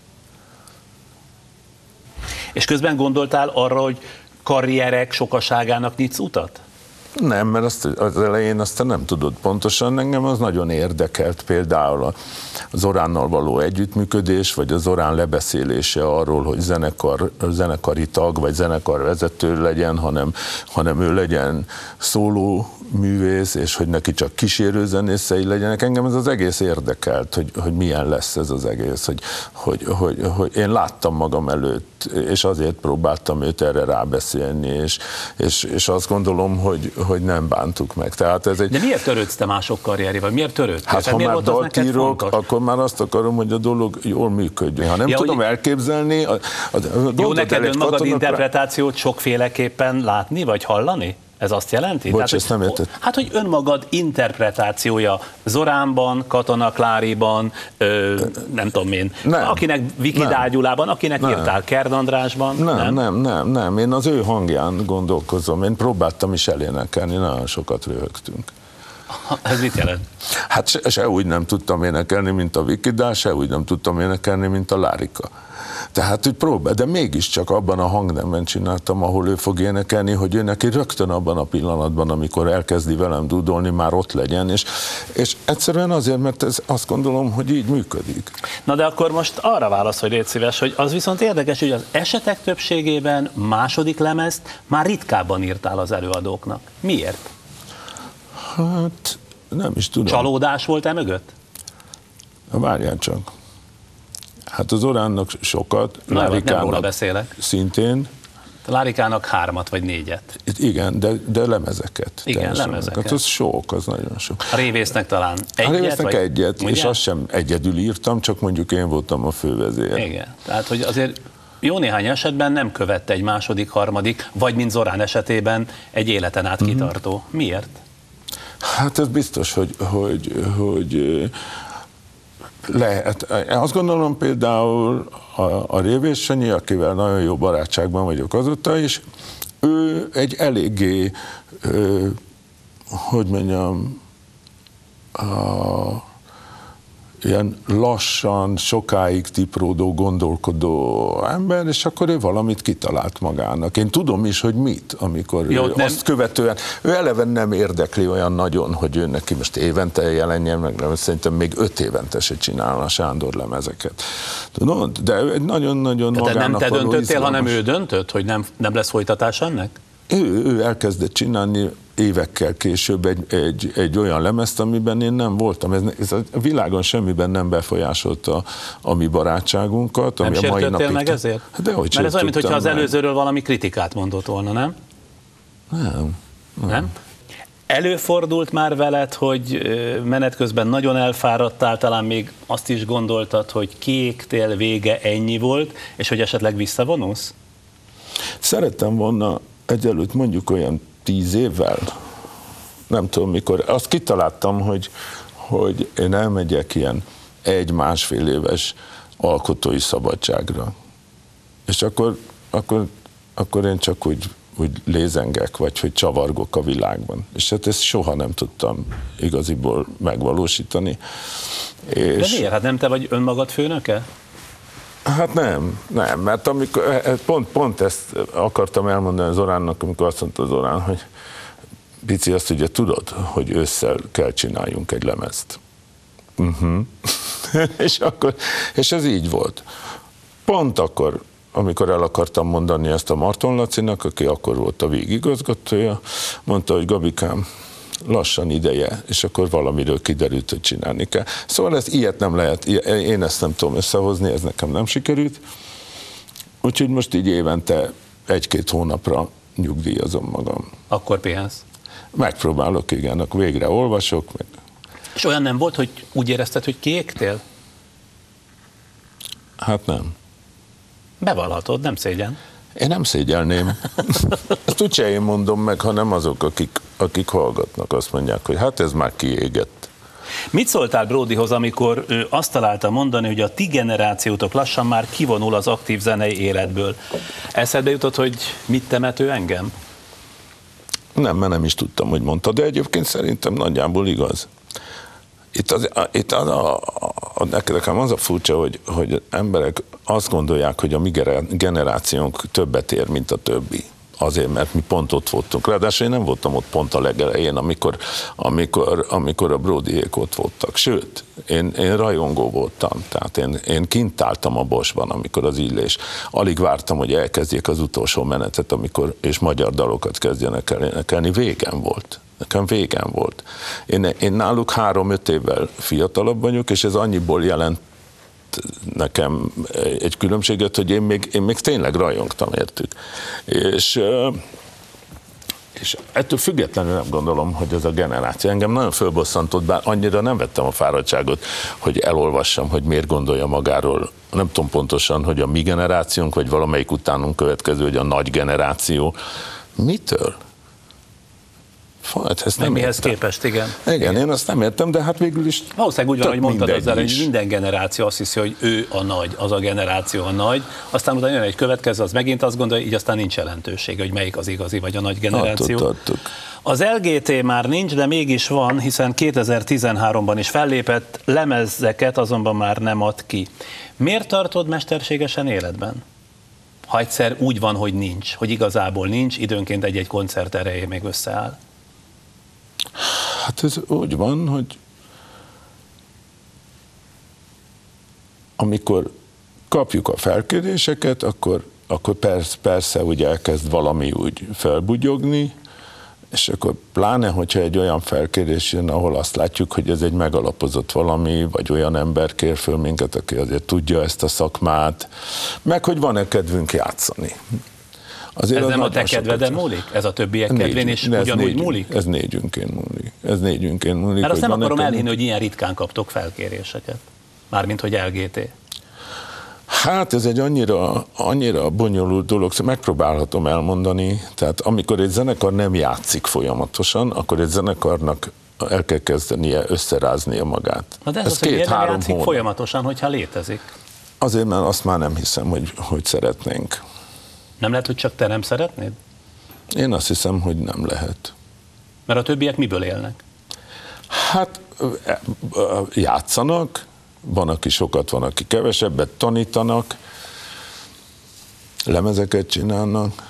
És közben gondoltál arra, hogy karrierek sokaságának nyitsz utat? Nem, mert azt, az elején azt nem tudod pontosan, engem az nagyon érdekelt például az Zoránnal való együttműködés, vagy az Zorán lebeszélése arról, hogy zenekar, zenekari tag, vagy zenekarvezető legyen, hanem, hanem ő legyen szóló művész, és hogy neki csak kísérőzenészei legyenek. Engem ez az egész érdekelt, hogy, hogy milyen lesz ez az egész, hogy, hogy, hogy, hogy én láttam magam előtt, és azért próbáltam őt erre rábeszélni, és, és, és azt gondolom, hogy, hogy nem bántuk meg. Tehát ez egy... De miért törődsz te mások karrierjével? Miért törődsz? Hát ha már dalt írok, akkor már azt akarom, hogy a dolog jól működjön. Ha nem ja, tudom hogy... elképzelni... A, a, a jó neked önmagad katonak... interpretációt sokféleképpen látni, vagy hallani? Ez azt jelenti? Bocs, Tehát, ezt nem érted. Hát, hogy önmagad interpretációja Zoránban, Katona Kláriban, ö, nem tudom én, nem, akinek Viki Dál Gyulában, akinek nem. írtál Kern Andrásban. Nem, nem, nem, nem, nem. Én az ő hangján gondolkozom. Én próbáltam is elénekelni, nagyon sokat röhögtünk. Ez mit jelent? Hát se, se úgy nem tudtam énekelni, mint a Viki Dál, se úgy nem tudtam énekelni, mint a Lárika. Tehát, hogy próbál, de mégiscsak abban a hangnemben csináltam, ahol ő fog énekelni, hogy ő neki rögtön abban a pillanatban, amikor elkezdi velem dúdolni, már ott legyen, és, és egyszerűen azért, mert ez azt gondolom, hogy így működik. Na de akkor most arra válaszolj, légy szíves, hogy az viszont érdekes, hogy az esetek többségében második lemezt már ritkábban írtál az előadóknak. Miért? Hát, nem is tudom. Csalódás volt-e mögött? Várjál csak. Hát az Zoránnak sokat, Na, Lárikának nem róla beszélek. Szintén. A Lárikának hármat vagy négyet. Igen, de, de lemezeket. Igen, lemezeket. Hát az sok, az nagyon sok. A Révésznek talán egyet? A Révésznek vagy, egyet, ugye? és azt sem egyedül írtam, csak mondjuk én voltam a fővezér. Igen, tehát hogy azért jó néhány esetben nem követte egy második, harmadik, vagy mint Zorán esetében egy életen át kitartó. Mm-hmm. Miért? Hát ez biztos, hogy, hogy, hogy lehet. Azt gondolom például a, a Révés Sanyi, akivel nagyon jó barátságban vagyok azóta is, ő egy eléggé, ö, hogy mondjam, a, ilyen lassan, sokáig tipródó, gondolkodó ember, és akkor ő valamit kitalált magának. Én tudom is, hogy mit, amikor Jó, ő nem. azt követően, ő eleve nem érdekli olyan nagyon, hogy ő neki most évente jelenjen meg, nem, szerintem még öt évente se csinálna a Sándor lemezeket. Tudod? De ő egy nagyon-nagyon Tehát nem magának te való döntöttél, izgalmas. hanem ő döntött, hogy nem, nem lesz folytatás ennek? Ő, ő elkezdett csinálni évekkel később egy, egy, egy olyan lemezt, amiben én nem voltam. Ez, ez a világon semmiben nem befolyásolta a mi barátságunkat. Nem ami a mai sértöttél napig... meg ezért? De hogy Mert ez olyan, mintha az meg. előzőről valami kritikát mondott volna, nem? Nem. Nem. Nem? Előfordult már veled, hogy ö, menet közben nagyon elfáradtál, talán még azt is gondoltad, hogy kiégtél, vége, ennyi volt, és hogy esetleg visszavonulsz? Szerettem volna egyelőtt mondjuk olyan tíz évvel, nem tudom mikor, azt kitaláltam, hogy, hogy én elmegyek ilyen egy-másfél éves alkotói szabadságra. És akkor, akkor, akkor én csak úgy, úgy lézengek, vagy hogy csavargok a világban. És hát ezt soha nem tudtam igaziból megvalósítani. És De miért? Hát nem te vagy önmagad főnöke? Hát nem, nem, mert amikor, pont, pont ezt akartam elmondani Zoránnak, amikor azt mondta Zorán, hogy Pici, azt ugye tudod, hogy ősszel kell csináljunk egy lemezt. Uh-huh. és, akkor, és ez így volt. Pont akkor, amikor el akartam mondani ezt a Marton Lacinak, aki akkor volt a végigazgatója, mondta, hogy Gabikám, lassan ideje, és akkor valamiről kiderült, hogy csinálni kell. Szóval ez ilyet nem lehet, én ezt nem tudom összehozni, ez nekem nem sikerült. Úgyhogy most így évente egy-két hónapra nyugdíjazom magam. Akkor pihensz. Megpróbálok, igen, akkor végre olvasok. Meg... És olyan nem volt, hogy úgy érezted, hogy kiégtél? Hát nem. Bevallhatod, nem szégyen. Én nem szégyelném. Ezt úgyse én mondom meg, hanem azok, akik, akik hallgatnak, azt mondják, hogy hát ez már kiégett. Mit szóltál Brodyhoz, amikor ő azt találta mondani, hogy a ti generációtok lassan már kivonul az aktív zenei életből? Eszedbe jutott, hogy mit temető engem? Nem, mert nem is tudtam, hogy mondta, de egyébként szerintem nagyjából igaz. Itt, az, itt az a, a, nekem az a furcsa, hogy, hogy emberek azt gondolják, hogy a mi generációnk többet ér, mint a többi. Azért, mert mi pont ott voltunk. Ráadásul én nem voltam ott pont a legelején, amikor, amikor, amikor a Brodyék ott voltak. Sőt, én, én rajongó voltam. Tehát én, én kint álltam a Bosban, amikor az Illés. Alig vártam, hogy elkezdjék az utolsó menetet, amikor, és magyar dalokat kezdjenek el énekelni. Végem volt. Nekem végem volt. Én, én náluk három-öt évvel fiatalabb vagyok, és ez annyiból jelent nekem egy különbséget, hogy én még, én még tényleg rajongtam értük. És, és ettől függetlenül nem gondolom, hogy ez a generáció engem nagyon fölbosszantott, bár annyira nem vettem a fáradtságot, hogy elolvassam, hogy miért gondolja magáról, nem tudom pontosan, hogy a mi generációnk, vagy valamelyik utánunk következő, hogy a nagy generáció. Mitől? Hát ezt nem mihez értem. képest, igen. igen. Igen, én azt nem értem, de hát végül is valószínűleg úgy van, hogy mondtad mindegy ezzel, is. hogy minden generáció azt hiszi, hogy ő a nagy, az a generáció a nagy, aztán utána jön egy következő, az megint azt gondolja, így aztán nincs jelentősége, hogy melyik az igazi vagy a nagy generáció. Adtuk, adtuk. Az el gé té már nincs, de mégis van, hiszen kétezer-tizenháromban is fellépett, lemezeket azonban már nem ad ki. Miért tartod mesterségesen életben? Ha egyszer úgy van, hogy nincs, hogy igazából nincs, időnként egy-egy koncert erejé még összeáll. Hát ez úgy van, hogy amikor kapjuk a felkéréseket, akkor, akkor persze, persze úgy elkezd valami úgy felbugyogni, és akkor pláne, hogyha egy olyan felkérés jön, ahol azt látjuk, hogy ez egy megalapozott valami, vagy olyan ember kér föl minket, aki azért tudja ezt a szakmát, meg hogy van-e kedvünk játszani. Azért ez nem a te nagyon kedveden sokat- múlik? Ez a többiek Négy- kedvén is ez ugyanúgy négyünk- múlik? Ez négyünkén múlik. Ez négyünkén múlik. Mert azt hogy nem van-e akarom kedvünk. elhinni, hogy ilyen ritkán kaptok felkéréseket. Mármint, hogy el gé té. Hát ez egy annyira, annyira bonyolult dolog, szóval megpróbálhatom elmondani, tehát amikor egy zenekar nem játszik folyamatosan, akkor egy zenekarnak el kell kezdenie összeráznia magát. Na de ez, ez az, hogy miért nem két-három játszik hónap. folyamatosan, hogyha létezik? Azért, mert azt már nem hiszem, hogy, hogy szeretnénk. Nem lehet, hogy csak te nem szeretnéd? Én azt hiszem, hogy nem lehet. Mert a többiek miből élnek? Hát játszanak, van, aki sokat, van, aki kevesebbet, tanítanak, lemezeket csinálnak,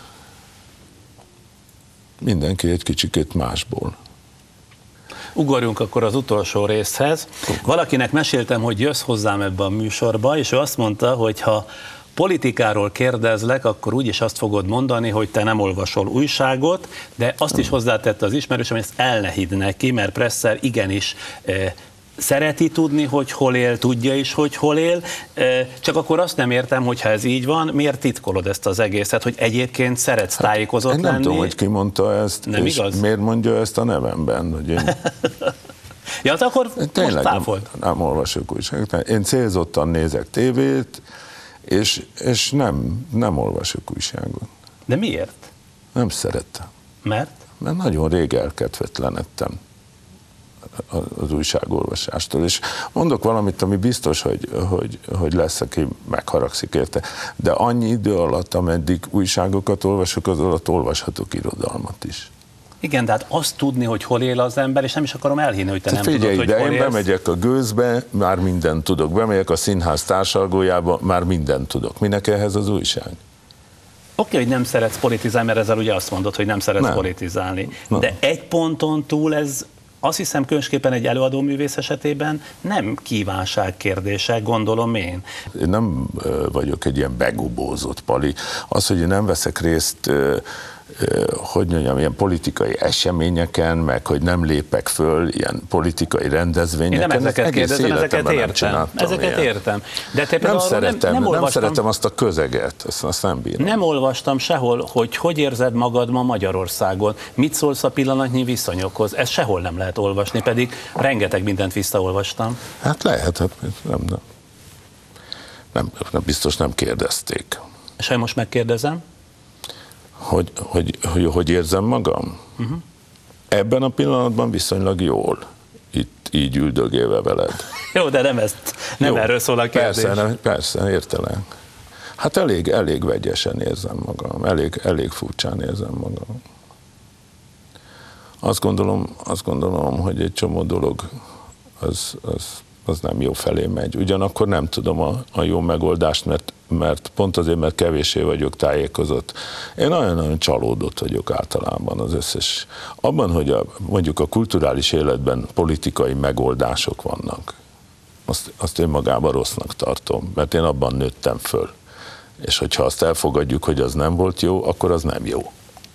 mindenki egy kicsikét másból. Ugorjunk akkor az utolsó részhez. Valakinek meséltem, hogy jössz hozzám ebbe a műsorba, és ő azt mondta, hogy ha politikáról kérdezlek, akkor úgyis azt fogod mondani, hogy te nem olvasol újságot, de azt is hozzátette az ismerősöm, hogy ezt el ne hidd neki, mert Presser igenis eh, szereti tudni, hogy hol él, tudja is, hogy hol él, eh, csak akkor azt nem értem, hogy ha ez így van, miért titkolod ezt az egészet, hogy egyébként szeretsz tájékozott hát, lenni? Nem tudom, hogy ki mondta ezt, nem és igaz? miért mondja ezt a nevemben, hogy én... Ja, hát akkor Tényleg most táfolt. nem, nem olvasok újságot. Én célzottan nézek tévét, és, és nem, nem olvasok újságot. De miért? Nem szerettem. Mert? Mert nagyon rég elkedvetlenedtem az újságolvasástól. És mondok valamit, ami biztos, hogy, hogy, hogy lesz, aki megharagszik érte. De annyi idő alatt, ameddig újságokat olvasok, az alatt olvashatok irodalmat is. Igen, de hát azt tudni, hogy hol él az ember, és nem is akarom elhinni, hogy te, te nem figyelj, tudod, hogy de hol én élsz. bemegyek a Gőzbe, már mindent tudok. Bemegyek a színház társalgójába, már mindent tudok. Minek ehhez az újság? Oké, hogy nem szeretsz politizálni, mert ezzel ugye azt mondod, hogy nem szeretsz nem. politizálni. Nem. De egy ponton túl ez, azt hiszem, különösképpen egy előadóművész esetében nem kívánság kérdése, gondolom én. Én nem vagyok egy ilyen begubózott pali. Az, hogy én nem veszek részt, hogy mondjam, ilyen politikai eseményeken, meg hogy nem lépek föl ilyen politikai rendezvényeken. Én nem ezeket kérdezem, ezeket értem. Ezeket ilyen. értem. De te nem szeretem, nem, nem, nem szeretem azt a közeget, azt, azt nem bírom. Nem olvastam sehol, hogy hogy érzed magad ma Magyarországon, mit szólsz a pillanatnyi viszonyokhoz. Ezt sehol nem lehet olvasni, pedig rengeteg mindent visszaolvastam. Hát lehet, hát nem, nem. Nem, nem, biztos nem kérdezték. És ha most megkérdezem? Hogy, hogy, hogy, hogy érzem magam? Uh-huh. Ebben a pillanatban viszonylag jól, itt így üldögélve veled. Jó, de nem, ezt, nem Jó, erről szól a kérdés. Persze, nem, persze, értelek. Hát elég, elég vegyesen érzem magam, elég, elég furcsán érzem magam. Azt gondolom, azt gondolom, hogy egy csomó dolog az, az, az nem jó felé megy. Ugyanakkor nem tudom a, a jó megoldást, mert, mert pont azért, mert kevéssé vagyok tájékozott. Én nagyon-nagyon csalódott vagyok általában az összes. Abban, hogy a, mondjuk a kulturális életben politikai megoldások vannak, azt, azt én magában rossznak tartom, mert én abban nőttem föl. És hogyha azt elfogadjuk, hogy az nem volt jó, akkor az nem jó.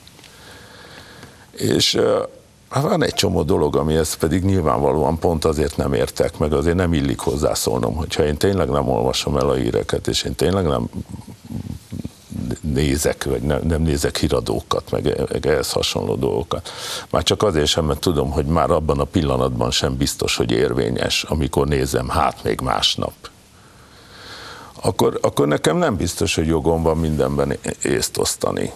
És hát van egy csomó dolog, amihez pedig nyilvánvalóan pont azért nem értek, meg azért nem illik hozzászólnom, hogyha én tényleg nem olvasom el a híreket, és én tényleg nem nézek, vagy nem, nem nézek híradókat, meg, meg ehhez hasonló dolgokat. Már csak azért sem, mert tudom, hogy már abban a pillanatban sem biztos, hogy érvényes, amikor nézem, hát még másnap. Akkor, akkor nekem nem biztos, hogy jogom van mindenben észt osztani.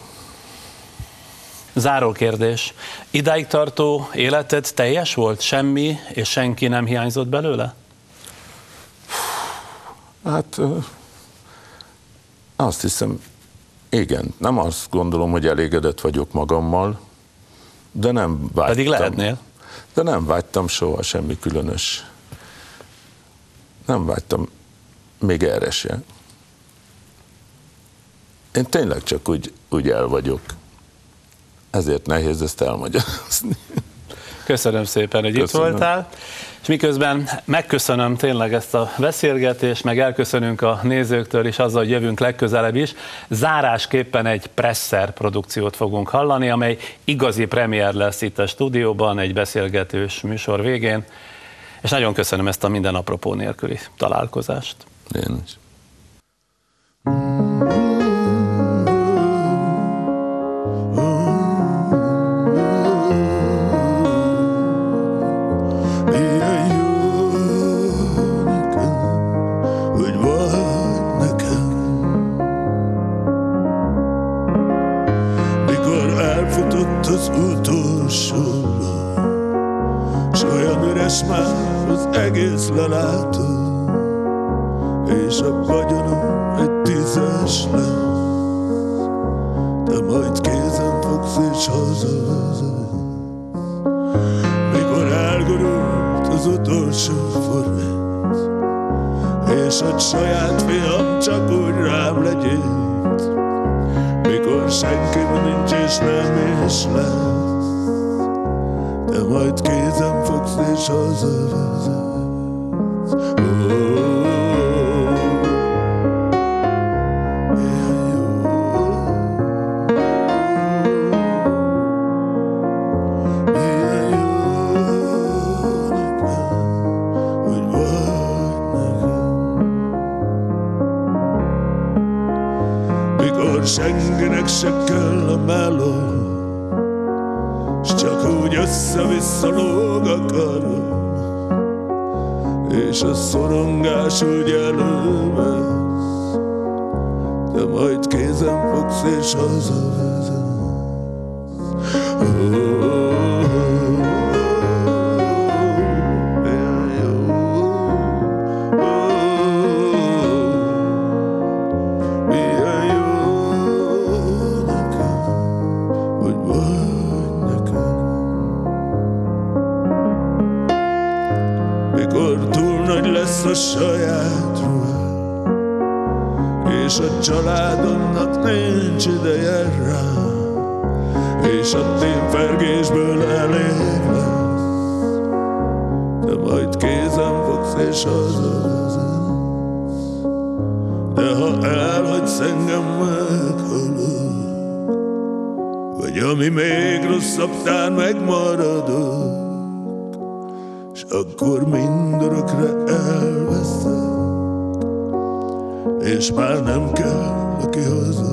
Záró kérdés. Idáig tartó életed teljes volt? Semmi és senki nem hiányzott belőle? Hát azt hiszem, igen. Nem azt gondolom, hogy elégedett vagyok magammal, de nem vágytam. Pedig lehetnél. De nem vágytam soha semmi különös. Nem vágytam még erre se. Én tényleg csak úgy, úgy el vagyok. Ezért nehéz ezt elmagyarázni. Köszönöm szépen, hogy Köszönöm. itt voltál. És miközben megköszönöm tényleg ezt a beszélgetést, meg elköszönünk a nézőktől is azzal, hogy jövünk legközelebb is. Zárásképpen egy Presser produkciót fogunk hallani, amely igazi premier lesz itt a stúdióban, egy beszélgetős műsor végén. És nagyon köszönöm ezt a minden apropó nélküli találkozást. Én is. Az utolsó, s olyan üres már az egész lelátó, és a vagyonom egy tízes lesz, de majd kézen fogsz és hazavezetsz. Mikor elgurult az utolsó forrás, és hogy saját fiam csak úgy rám legyint, mikor senki nincs és nem is lesz, de majd kézem fogsz és hazavezetsz. Oh, milyen jó, milyen jó nekem, hogy vagy nekem. Mikor senkinek se kell a meló, s csak úgy össze-vissza lóg a karom, és a szorongás úgy elővesz, de majd kézem fogsz és hazavezetsz. Oh, milyen jó, oh, milyen jó nekem, hogy vagy nekem. Mikor túl nagy lesz a saját ruhám, és a családomnak nincs ideje rá, és a tényfergésből elég lesz, de majd kézem fogsz és hazavezetsz. De ha elhagysz engem, meghalok, vagy ami még rosszabb, tán megmaradok, s akkor mindörökre elveszek, és már nem kell, aki hozzá.